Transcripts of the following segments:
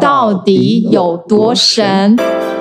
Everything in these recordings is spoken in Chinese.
到底有多神？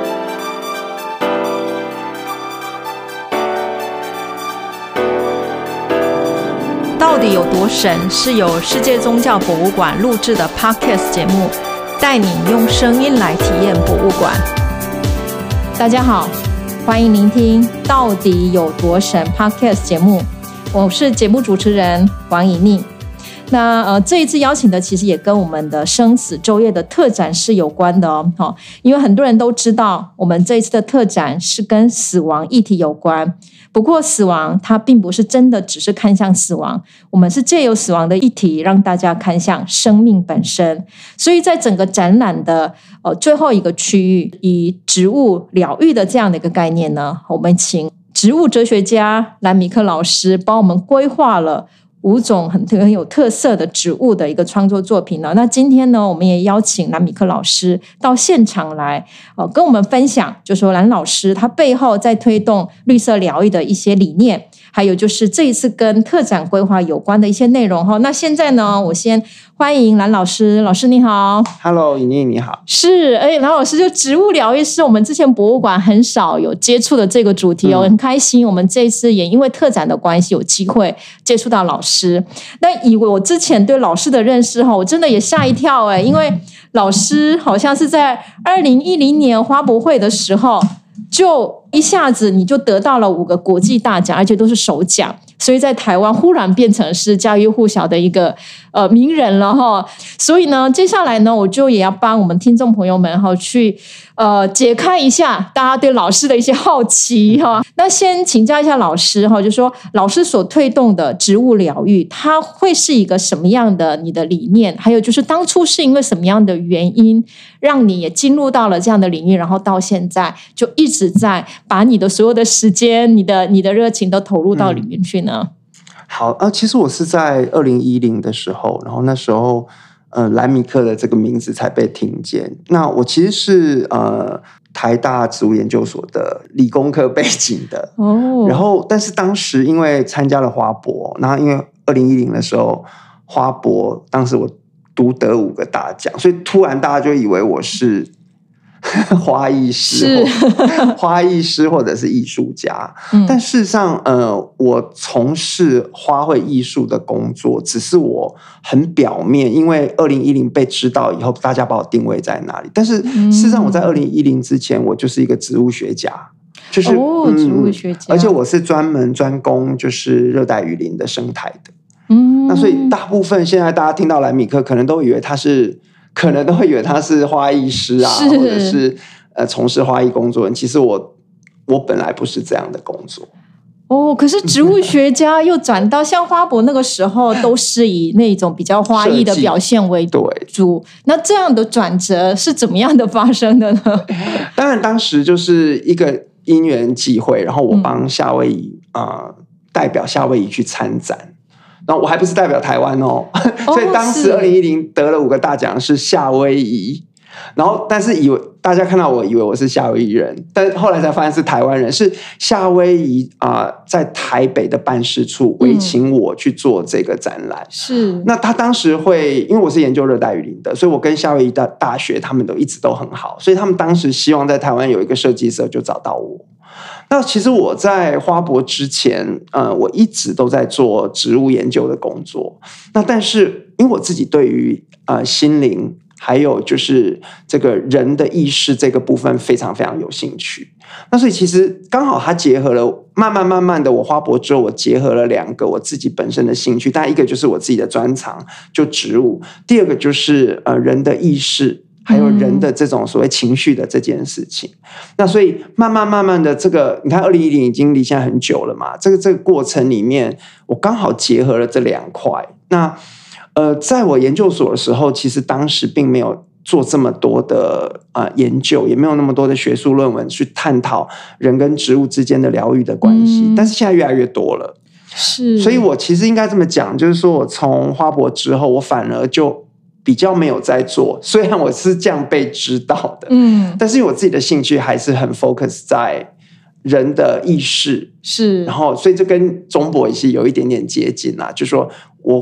到底有多神是由世界宗教博物馆录制的 Podcast 节目，带你用声音来体验博物馆。大家好，欢迎聆听到底有多神 Podcast 节目，我是节目主持人王以宁。那这一次邀请的其实也跟我们的生死昼夜的特展是有关的哦，因为很多人都知道我们这一次的特展是跟死亡议题有关，不过死亡它并不是真的只是看向死亡，我们是借由死亡的议题让大家看向生命本身。所以在整个展览的最后一个区域，以植物疗愈的这样的一个概念呢，我们请植物哲学家兰米克老师帮我们规划了5种很有特色的植物的一个创作作品呢。那今天呢，我们也邀请兰米克老师到现场来，跟我们分享，就说兰老师他背后在推动绿色疗愈的一些理念，还有就是这一次跟特展规划有关的一些内容哈。那现在呢，我先欢迎兰老师，老师你好。 Hello， 以宁你好。 是，兰老师就植物疗愈是我们之前博物馆很少有接触的这个主题哦，很开心。我们这一次也因为特展的关系有机会接触到老师。那以我之前对老师的认识哈，我真的也吓一跳因为老师好像是在2010年花博会的时候，就一下子你就得到了5个国际大奖，而且都是首奖。所以在台湾忽然变成是家喻户晓的一个名人了哈。所以呢，接下来呢，我就也要帮我们听众朋友们哈去解开一下大家对老师的一些好奇哈。那先请教一下老师哈，就说老师所推动的植物疗愈，它会是一个什么样的你的理念？还有就是当初是因为什么样的原因，让你也进入到了这样的领域，然后到现在就一直在把你的所有的时间、你的热情都投入到里面去呢？ 好，其实我是在2010的时候，然后那时候兰米克的这个名字才被听见。那我其实是台大植物研究所的理工科背景的然后但是当时因为参加了花博，然后因为2010的时候花博，当时我独得5个大奖，所以突然大家就以为我是花艺师或者是艺术家，但事实上我从事花卉艺术的工作只是我很表面，因为2010被知道以后大家把我定位在哪里，但是事实上我在2010之前我就是一个植物学家，就是植物学家， 而且我是专攻就是热带雨林的生态的那所以大部分现在大家听到兰米克可能都会以为他是花艺师啊，或者是从事花艺工作人。其实我本来不是这样的工作可是植物学家又转到像花博那个时候都是以那种比较花艺的表现为主，那这样的转折是怎么样的发生的呢？ 当然当时就是一个因缘际会，然后我帮夏威夷代表夏威夷去参展，然后我还不是代表台湾所以当时2010得了5个大奖是夏威夷，然后但是大家看到我以为我是夏威夷人，但后来才发现是台湾人，是夏威夷在台北的办事处委请我去做这个展览。 是， 那他当时因为我是研究热带雨林的，所以我跟夏威夷的大学他们都一直都很好，所以他们当时希望在台湾有一个设计社，就找到我。那其实我在花博之前我一直都在做植物研究的工作，那但是因为我自己对于心灵还有就是这个人的意识这个部分非常非常有兴趣，那所以其实刚好它结合了慢慢的，我花博之后我结合了2个我自己本身的兴趣，但一个就是我自己的专长就植物，第二个就是人的意识还有人的这种所谓情绪的这件事情。那所以慢慢的这个你看2010已经离现在很久了嘛，这个过程里面我刚好结合了这2块。那在我研究所的时候，其实当时并没有做这么多的研究，也没有那么多的学术论文去探讨人跟植物之间的疗愈的关系，但是现在越来越多了。 是， 所以我其实应该这么讲，就是说我从花博之后，我反而就比较没有在做，虽然我是这样被知道的，但是因为我自己的兴趣还是很 focus 在人的意识， 是， 然后所以这跟中博也是有一点点接近啦，就是说我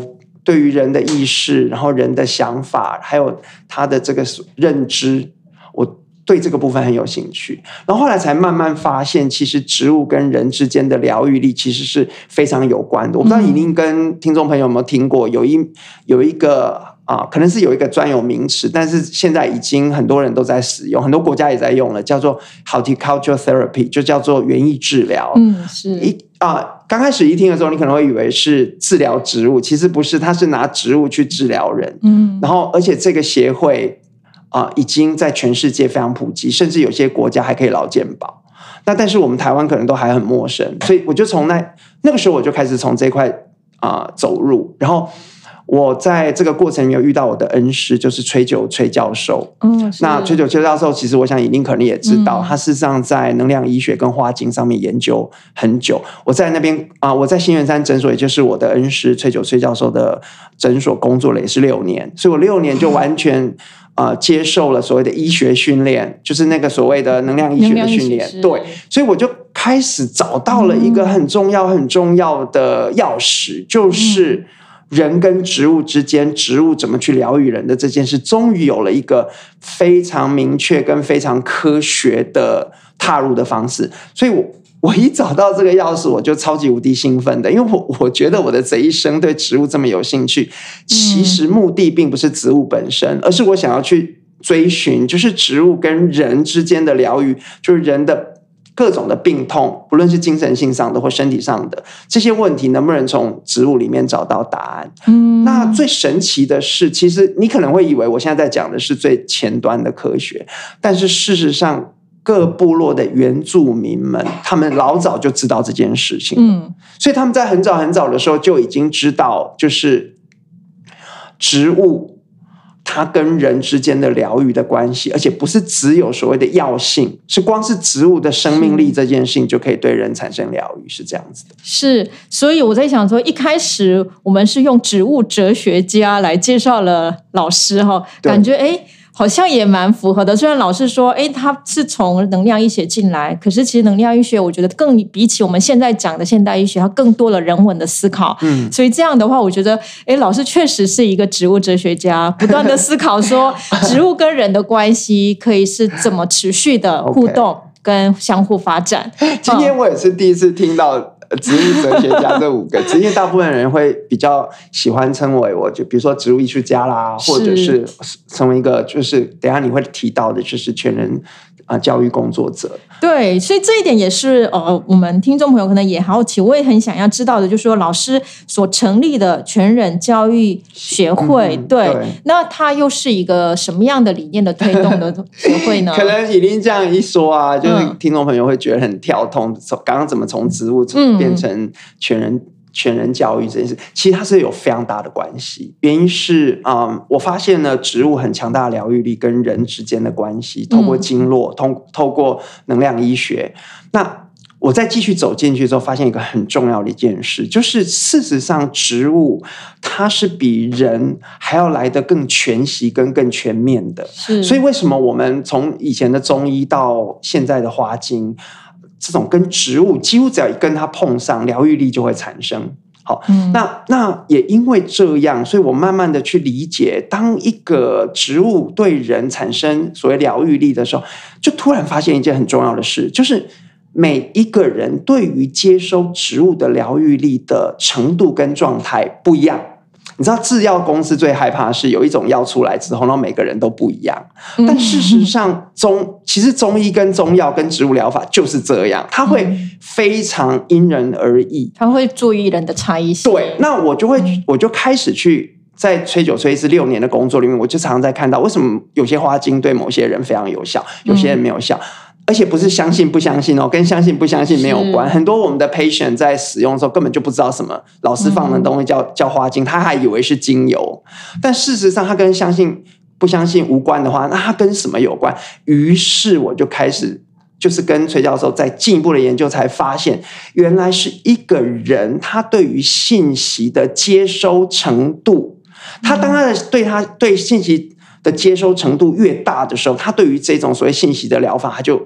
对于人的意识，然后人的想法，还有他的这个认知，我对这个部分很有兴趣。然后后来才慢慢发现，其实植物跟人之间的疗愈力其实是非常有关的。我不知道以琳跟听众朋友有没有听过，有一个可能是有一个专有名词，但是现在已经很多人都在使用，很多国家也在用了，叫做 horticulture therapy， 就叫做园艺治疗。 是刚开始一听的时候，你可能会以为是治疗植物，其实不是，它是拿植物去治疗人。然后而且这个协会已经在全世界非常普及，甚至有些国家还可以劳健保。那但是我们台湾可能都还很陌生，所以我就从那个时候我就开始从这一块走入，然后我在这个过程里面有遇到我的恩师，就是崔九崔教授。那崔九崔教授其实我想以琳可能也知道，他事实上在能量医学跟花精上面研究很久。我在那边我在新源山诊所，也就是我的恩师崔九崔教授的诊所工作了也是6年，所以我6年就完全接受了所谓的医学训练，就是那个所谓的能量医学的训练。对，所以我就开始找到了一个很重要很重要的钥匙，就是人跟植物之间，植物怎么去疗愈人的这件事，终于有了一个非常明确跟非常科学的踏入的方式。所以我一找到这个钥匙，我就超级无敌兴奋的，因为我觉得我的这一生对植物这么有兴趣，其实目的并不是植物本身，而是我想要去追寻，就是植物跟人之间的疗愈，就是人的各种的病痛，不论是精神性上的或身体上的这些问题，能不能从植物里面找到答案？那最神奇的是，其实你可能会以为我现在在讲的是最前端的科学，但是事实上各部落的原住民们，他们老早就知道这件事情，所以他们在很早很早的时候就已经知道，就是植物它跟人之间的疗愈的关系，而且不是只有所谓的药性，是光是植物的生命力这件事情就可以对人产生疗愈，是这样子的。 是，所以我在想说，一开始我们是用植物哲学家来介绍了老师感觉好像也蛮符合的。虽然老师说他是从能量医学进来，可是其实能量医学我觉得更比起我们现在讲的现代医学，它更多了人文的思考。所以这样的话我觉得老师确实是一个植物哲学家，不断的思考说植物跟人的关系可以是怎么持续的互动跟相互发展。 今天我也是第一次听到植物哲学家这5个字，因为大部分人会比较喜欢称为就比如说植物艺术家啦，或者是成为一个就是等一下你会提到的就是全人教育工作者。 对，所以这一点也是我们听众朋友可能也好奇，我也很想要知道的，就是说老师所成立的全人教育协会，对，那它又是一个什么样的理念的推动的协会呢？ 可能以琳这样一说就是听众朋友会觉得很跳通，刚刚怎么从植物变成全人教育这件事，其实它是有非常大的关系。原因是我发现呢，植物很强大的疗愈力跟人之间的关系，透过经络，透过能量医学。那我再继续走进去之后，发现一个很重要的一件事，就是事实上植物它是比人还要来得更全息跟更全面的。所以为什么我们从以前的中医到现在的花精，这种跟植物几乎只要跟它碰上，疗愈力就会产生。好，那也因为这样，所以我慢慢的去理解，当一个植物对人产生所谓疗愈力的时候，就突然发现一件很重要的事，就是每一个人对于接收植物的疗愈力的程度跟状态不一样。你知道制药公司最害怕的是有一种药出来之后，然后每个人都不一样。但事实上其实中医跟中药跟植物疗法就是这样，它会非常因人而异， 它会注意人的差异性。 对，那我就开始去在吹酒吹是6年的工作里面，我就常常在看到为什么有些花精对某些人非常有效，有些人没有效。而且不是相信不相信跟相信不相信没有关。很多我们的 patient 在使用的时候根本就不知道什么老师放的东西叫花精，他还以为是精油，但事实上它跟相信不相信无关的话，那它跟什么有关？于是我就开始就是跟崔教授在进一步的研究，才发现原来是一个人他对于信息的接收程度，他当他对信息的接收程度越大的时候，他对于这种所谓信息的疗法，他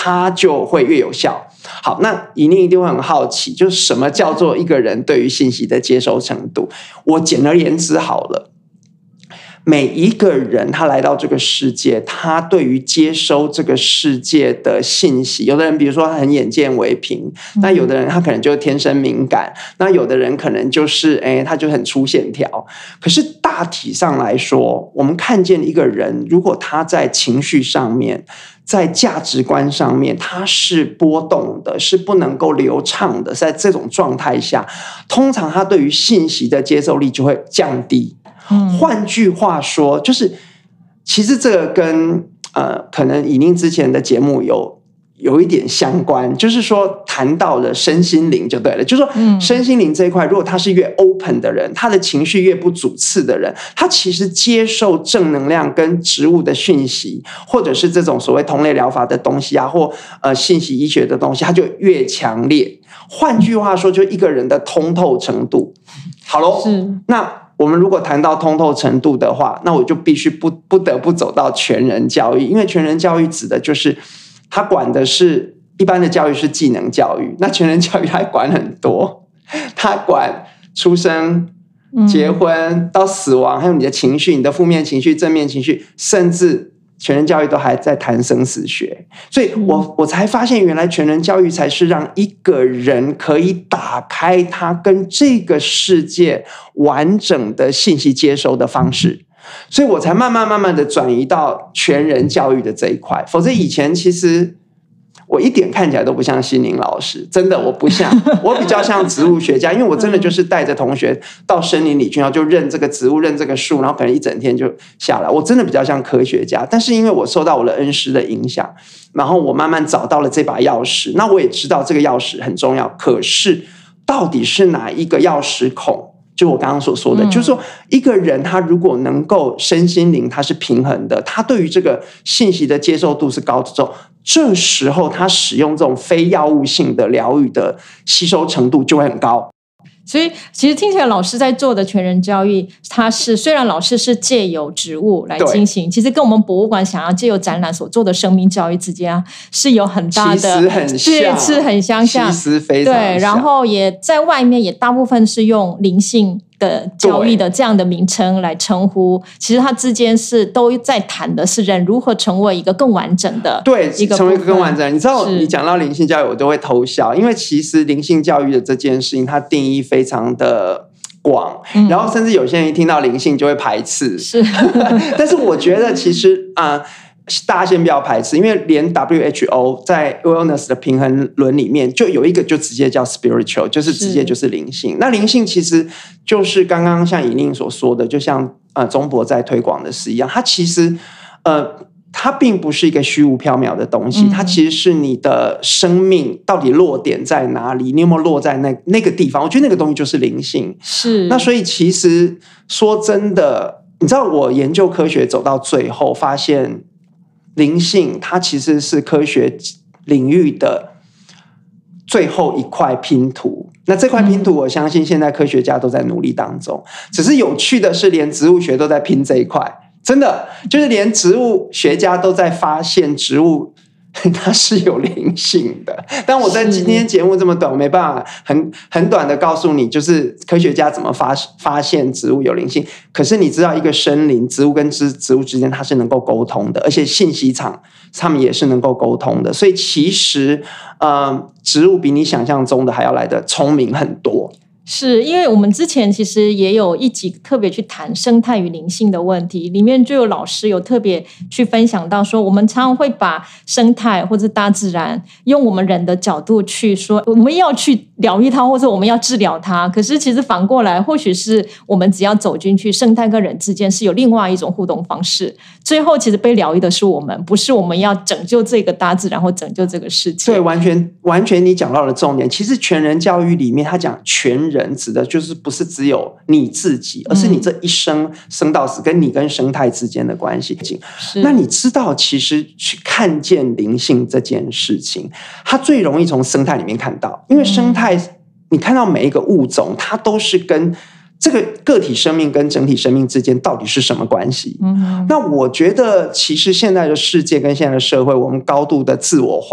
它就会越有效。好，那以宁一定会很好奇，就是什么叫做一个人对于信息的接收程度？我简而言之好了，每一个人他来到这个世界，他对于接收这个世界的信息，有的人比如说他很眼见为凭，那有的人他可能就天生敏感，那有的人可能就是他就很粗线条。可是大体上来说，我们看见一个人，如果他在情绪上面，在价值观上面，它是波动的，是不能够流畅的。在这种状态下，通常他对于信息的接受力就会降低。换句话说，就是其实这个跟可能以宁之前的节目有一点相关，就是说谈到了身心灵就对了，就是说身心灵这一块，如果他是越 open 的人，他的情绪越不主次的人，他其实接受正能量跟植物的讯息，或者是这种所谓同类疗法的东西啊，或信息医学的东西，他就越强烈。换句话说，就一个人的通透程度。好咯，那我们如果谈到通透程度的话，那我就必须不得不走到全人教育，因为全人教育指的就是他管的是一般的教育是技能教育，那全人教育他管很多，他管出生、结婚到死亡，还有你的情绪、你的负面情绪、正面情绪，甚至全人教育都还在谈生死学。所以我才发现，原来全人教育才是让一个人可以打开他跟这个世界完整的信息接收的方式。所以我才慢慢的转移到全人教育的这一块，否则以前其实我一点看起来都不像心灵老师，真的我不像，我比较像植物学家，因为我真的就是带着同学到森林里去，然后就认这个植物，认这个树，然后可能一整天就下来，我真的比较像科学家。但是因为我受到我的恩师的影响，然后我慢慢找到了这把钥匙，那我也知道这个钥匙很重要，可是到底是哪一个钥匙孔？就我刚刚所说的，就是说一个人他如果能够身心灵他是平衡的，他对于这个信息的接受度是高的之后，这时候他使用这种非药物性的疗愈的吸收程度就会很高。 所以其实听起来老师在做的全人教育，他是虽然老师是借由植物来进行，其实跟我们博物馆想要借由展览所做的生命教育之间是有很大的， 其实很像， 是很相像， 其实非常像。 对，然后也在外面也大部分是用灵性的教育的这样的名称来称呼，其实它之间是都在谈的是人如何成为一个更完整的， 对，成为一个更完整。你知道，你讲到灵性教育，我都会偷笑，因为其实灵性教育的这件事情，它定义非常的广，然后甚至有些人一听到灵性就会排斥， 是， 但是我觉得其实大家先不要排斥，因为连 WHO 在 Wellness 的平衡论里面就有一个就直接叫 spiritual， 就是直接就是灵性。那灵性其实就是刚刚像以宁所说的，就像中博在推广的是一样，它其实它并不是一个虚无缥缈的东西，它其实是你的生命到底落点在哪里，你有没有落在那个地方，我觉得那个东西就是灵性。 是， 那所以其实说真的，你知道我研究科学走到最后发现灵性它其实是科学领域的最后一块拼图，那这块拼图我相信现在科学家都在努力当中，只是有趣的是连植物学都在拼这一块，真的就是连植物学家都在发现植物它是有灵性的。但我在今天节目这么短，我没办法很短的告诉你就是科学家怎么发现植物有灵性，可是你知道一个生灵植物跟植物之间它是能够沟通的，而且信息场他们也是能够沟通的，所以其实植物比你想象中的还要来得聪明很多。 是因为我们之前其实也有一集特别去谈生态与灵性的问题，里面就有老师有特别去分享到说，我们常常会把生态或者大自然用我们人的角度去说我们要去疗愈它，或者我们要治疗它，可是其实反过来或许是我们只要走进去，生态跟人之间是有另外一种互动方式，最后其实被疗愈的是我们，不是我们要拯救这个大自然或拯救这个世界。 对，完全你讲到了重点。其实全人教育里面他讲全人指的就是不是只有你自己，而是你这一生生到死跟你跟生态之间的关系。那你知道其实去看见灵性这件事情，它最容易从生态里面看到，因为生态你看到每一个物种它都是跟这个个体生命跟整体生命之间到底是什么关系。那我觉得其实现在的世界跟现在的社会我们高度的自我化，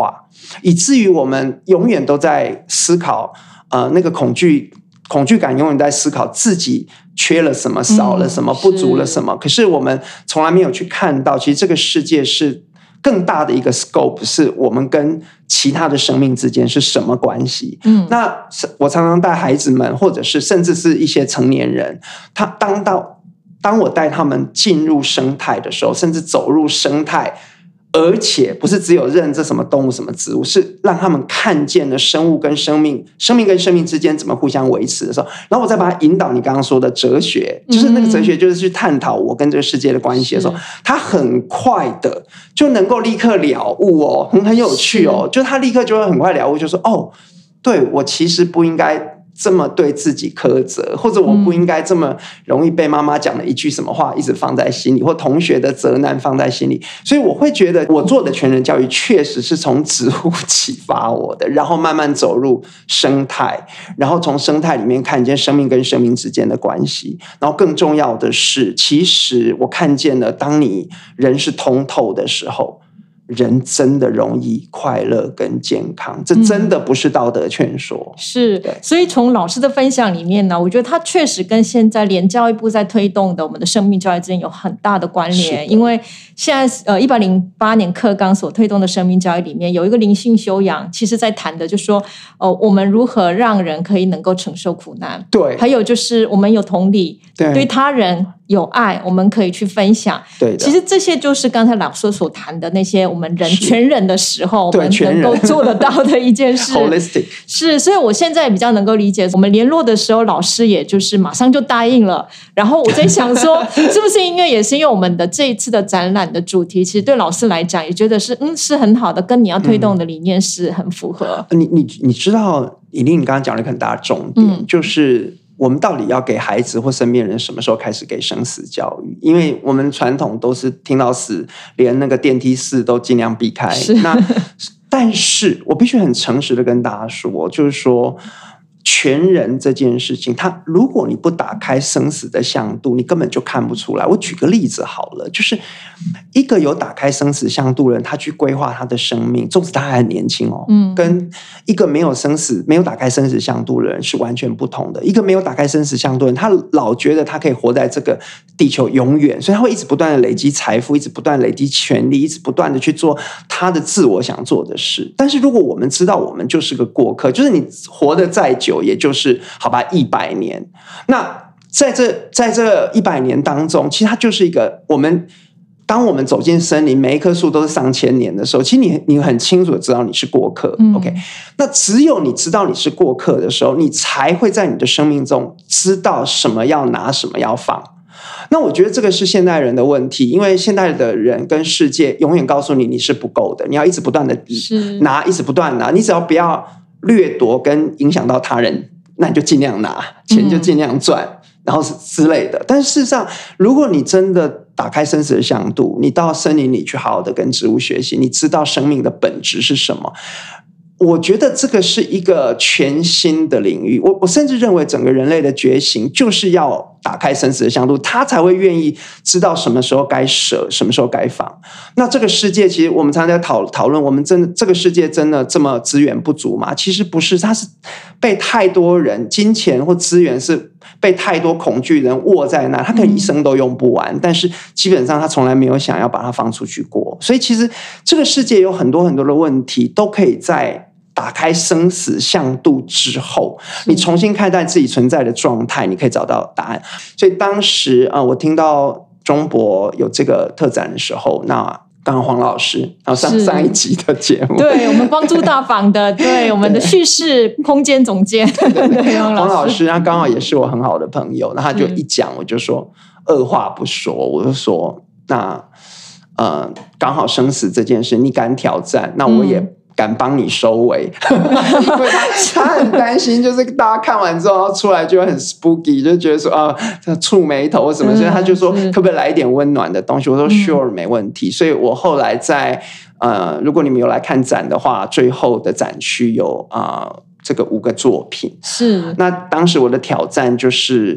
以至于我们永远都在思考那个恐惧感永远在思考自己缺了什么，少了什么，不足了什么。可是我们从来没有去看到，其实这个世界是更大的一个 scope， 是我们跟其他的生命之间是什么关系。那我常常带孩子们，或者是甚至是一些成年人，当我带他们进入生态的时候，甚至走入生态，而且不是只有认这什么动物什么植物，是让他们看见了生物跟生命跟生命之间怎么互相维持的时候，然后我再把它引导你刚刚说的哲学，就是那个哲学就是去探讨我跟这个世界的关系的时候，他很快的就能够立刻了悟哦，很有趣哦，就他立刻就会很快了悟，就说哦，对，我其实不应该这么对自己苛责，或者我不应该这么容易被妈妈讲的一句什么话一直放在心里，或同学的责难放在心里。所以我会觉得我做的全人教育确实是从植物启发我的，然后慢慢走入生态，然后从生态里面看见生命跟生命之间的关系。然后更重要的是，其实我看见了，当你人是通透的时候，人真的容易快乐跟健康，这真的不是道德劝说。是， 所以从老师的分享里面呢，我觉得他确实跟现在连教育部在推动的我们的生命教育之间有很大的关联。因为现在108年课纲所推动的生命教育里面有一个灵性修养，其实在谈的就是说我们如何让人可以能够承受苦难，对，还有就是我们有同理，对他人有爱，我们可以去分享。对，其实这些就是刚才老师所谈的那些我们人全人的时候，我们能够做得到的一件事。 Holistic 是，所以我现在比较能够理解，我们联络的时候，老师也就是马上就答应了。然后我在想说，是不是因为也是因为我们的这一次的展览的主题，其实对老师来讲也觉得是是很好的，跟你要推动的理念是很符合。 你知道，以琳你刚刚讲了一个很大的重点，就是我们到底要给孩子或身边人什么时候开始给生死教育？因为我们传统都是听到死，连那个电梯4都尽量避开。但是我必须很诚实的跟大家说，就是说全人这件事情，如果你不打开生死的向度，你根本就看不出来。我举个例子好了，就是一个有打开生死向度的人，他去规划他的生命，纵使他还很年轻哦，跟一个没有打开生死向度的人是完全不同的。一个没有打开生死向度的人，他老觉得他可以活在这个地球永远，所以他会一直不断的累积财富，一直不断的累积权力，一直不断的去做他的自我想做的事。但是如果我们知道我们就是个过客，就是你活得再久，也就是好吧100年，那在这100年当中，其实它就是一个当我们走进森林，每一棵树都是上千年的时候，其实你很清楚的知道你是过客。OK， 那只有你知道你是过客的时候，你才会在你的生命中知道什么要拿，什么要放。那我觉得这个是现代人的问题，因为现代的人跟世界永远告诉你是不够的，你要一直不断的拿，一直不断拿，你只要不要掠夺跟影响到他人，那你就尽量拿，钱就尽量赚，然后之类的。但是事实上，如果你真的打开生死的向度，你到森林里去好好的跟植物学习，你知道生命的本质是什么，我觉得这个是一个全新的领域。我甚至认为整个人类的觉醒就是要打开生死的向度，他才会愿意知道什么时候该舍，什么时候该放。那这个世界其实我们常常在讨论，我们真的这个世界真的这么资源不足吗？其实不是，它是被太多人金钱或资源是被太多恐惧人握在那，他可能一生都用不完，但是基本上他从来没有想要把它放出去过。所以其实这个世界有很多很多的问题都可以在打开生死向度之后，你重新看待自己存在的状态，你可以找到答案。所以当时我听到中博有这个特展的时候，那刚刚黄老师，然后上一集的节目， 对我们光珠大坊的，对我们的叙事空间总监，对黄老师，他刚好也是我很好的朋友，那他就一讲，我就说二话不说，我就说那刚好生死这件事，你敢挑战，那我也敢帮你收尾，因为他很担心，就是大家看完之后，然后出来就会很 spooky， 就觉得说触眉头什么，所以他就说可不可以来一点温暖的东西？我说 sure 没问题。所以我后来在如果你们有来看展的话，最后的展区有这个5个作品。是，那当时我的挑战就是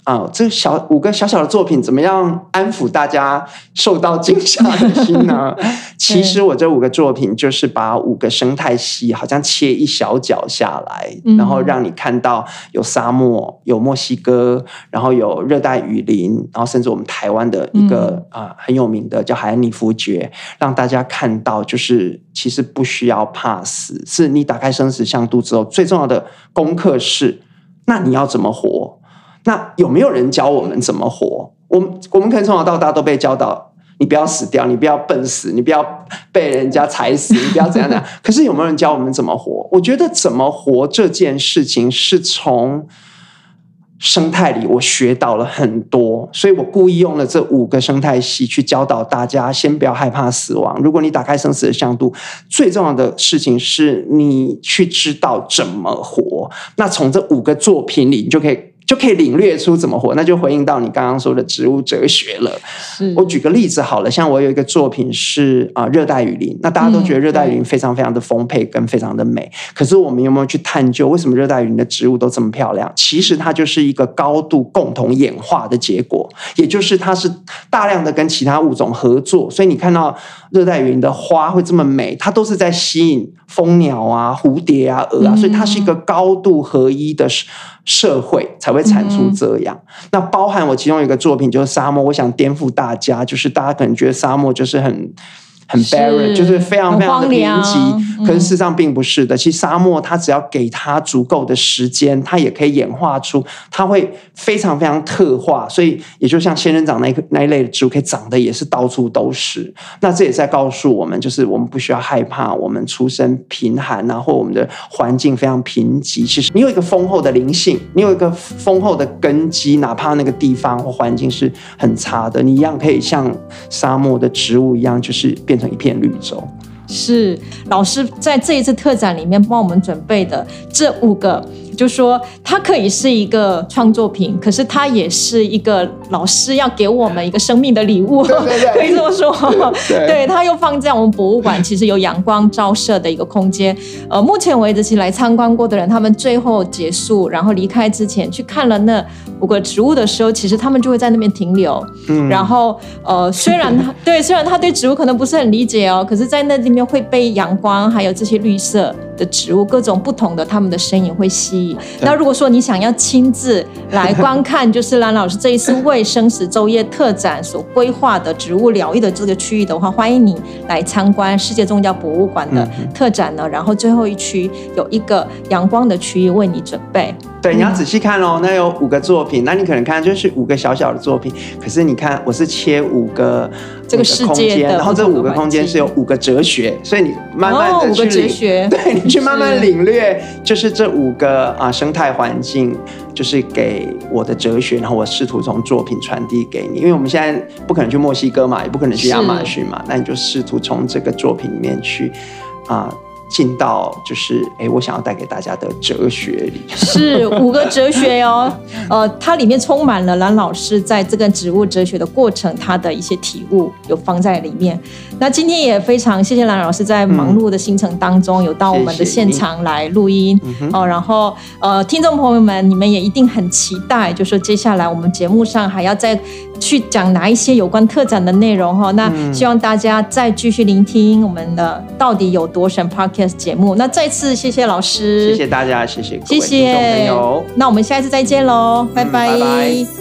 这5个小小的作品怎么样安抚大家受到惊吓的心呢？其实我这5个作品就是把5个生态系好像切一小角下来，然后让你看到有沙漠，有墨西哥，然后有热带雨林，然后甚至我们台湾的一个很有名的叫海岸尼夫爵，让大家看到就是其实不需要怕死，是你打开生死相簿之后最重要的功课是，那你要怎么活？那有没有人教我们怎么活？我们可能从小到大都被教导，你不要死掉，你不要笨死，你不要被人家踩死，你不要怎样怎样。可是有没有人教我们怎么活？我觉得怎么活这件事情是从生态里我学到了很多，所以我故意用了这5个生态系去教导大家，先不要害怕死亡。如果你打开生死的相簿，最重要的事情是你去知道怎么活。那从这5个作品里，你就可以领略出怎么活，那就回应到你刚刚说的植物哲学了。我举个例子好了，像我有一个作品是热带雨林，那大家都觉得热带雨林非常非常的丰沛跟非常的美，可是我们有没有去探究为什么热带雨林的植物都这么漂亮？其实它就是一个高度共同演化的结果，也就是它是大量的跟其他物种合作，所以你看到热带雨林的花会这么美，它都是在吸引蜂鸟啊、蝴蝶啊、蛾啊，所以它是一个高度合一的社会才会产出这样。那包含我其中有一个作品就是沙漠，我想颠覆大家，就是大家可能觉得沙漠就是很 barren， 就是非常非常的贫瘠，可是事实上并不是的。其实沙漠它只要给它足够的时间，它也可以演化出，它会非常非常特化，所以也就像仙人掌那一类的植物可以长得也是到处都是。那这也在告诉我们，就是我们不需要害怕我们出身贫寒啊，或我们的环境非常贫瘠，其实你有一个丰厚的灵性，你有一个丰厚的根基，哪怕那个地方或环境是很差的，你一样可以像沙漠的植物一样，就是变成一片绿洲。 是老师在这一次特展里面帮我们准备的这5个，就说它可以是一个创作品，可是它也是一个老师要给我们一个生命的礼物，可以这么说。对，它又放在我们博物馆，其实有阳光照射的一个空间。目前为止，其实来参观过的人，他们最后结束，然后离开之前去看了那5个植物的时候，其实他们就会在那边停留。然后虽然他对植物可能不是很理解哦，可是在那里面会被阳光还有这些绿色的植物各种不同的他们的身影会吸引。那如果说你想要亲自来观看就是蓝老师这一次为生死昼夜特展所规划的植物疗愈的这个区域的话，欢迎你来参观世界宗教博物馆的特展呢。然后最后一区有一个阳光的区域为你准备。 对，你要仔细看哦，那有5个作品，那你可能看就是5个小小的作品，可是你看我是切5个这个世界的， 然后这5个空间是有5个哲学，所以你慢慢的去 5个哲学， 对，你去慢慢领略，就是这5个生态环境，就是给我的哲学，然后我试图从作品传递给你，因为我们现在不可能去墨西哥嘛，也不可能去亚马逊嘛，那你就试图从这个作品里面去进到就是我想要带给大家的哲学里，是 5个哲学哦。它里面充满了蓝老师在这个植物哲学的过程，他的一些体悟有放在里面。那今天也非常谢谢蓝老师在忙碌的行程当中有到我们的现场来录音然后听众朋友们，你们也一定很期待，就是说接下来我们节目上还要再去讲哪一些有关特展的内容那希望大家再继续聆听我们的到底有多神 Podcast 节目。那再次谢谢老师， 谢谢大家，谢谢各位听众朋友。 那我们下一次再见喽，拜拜。 拜拜。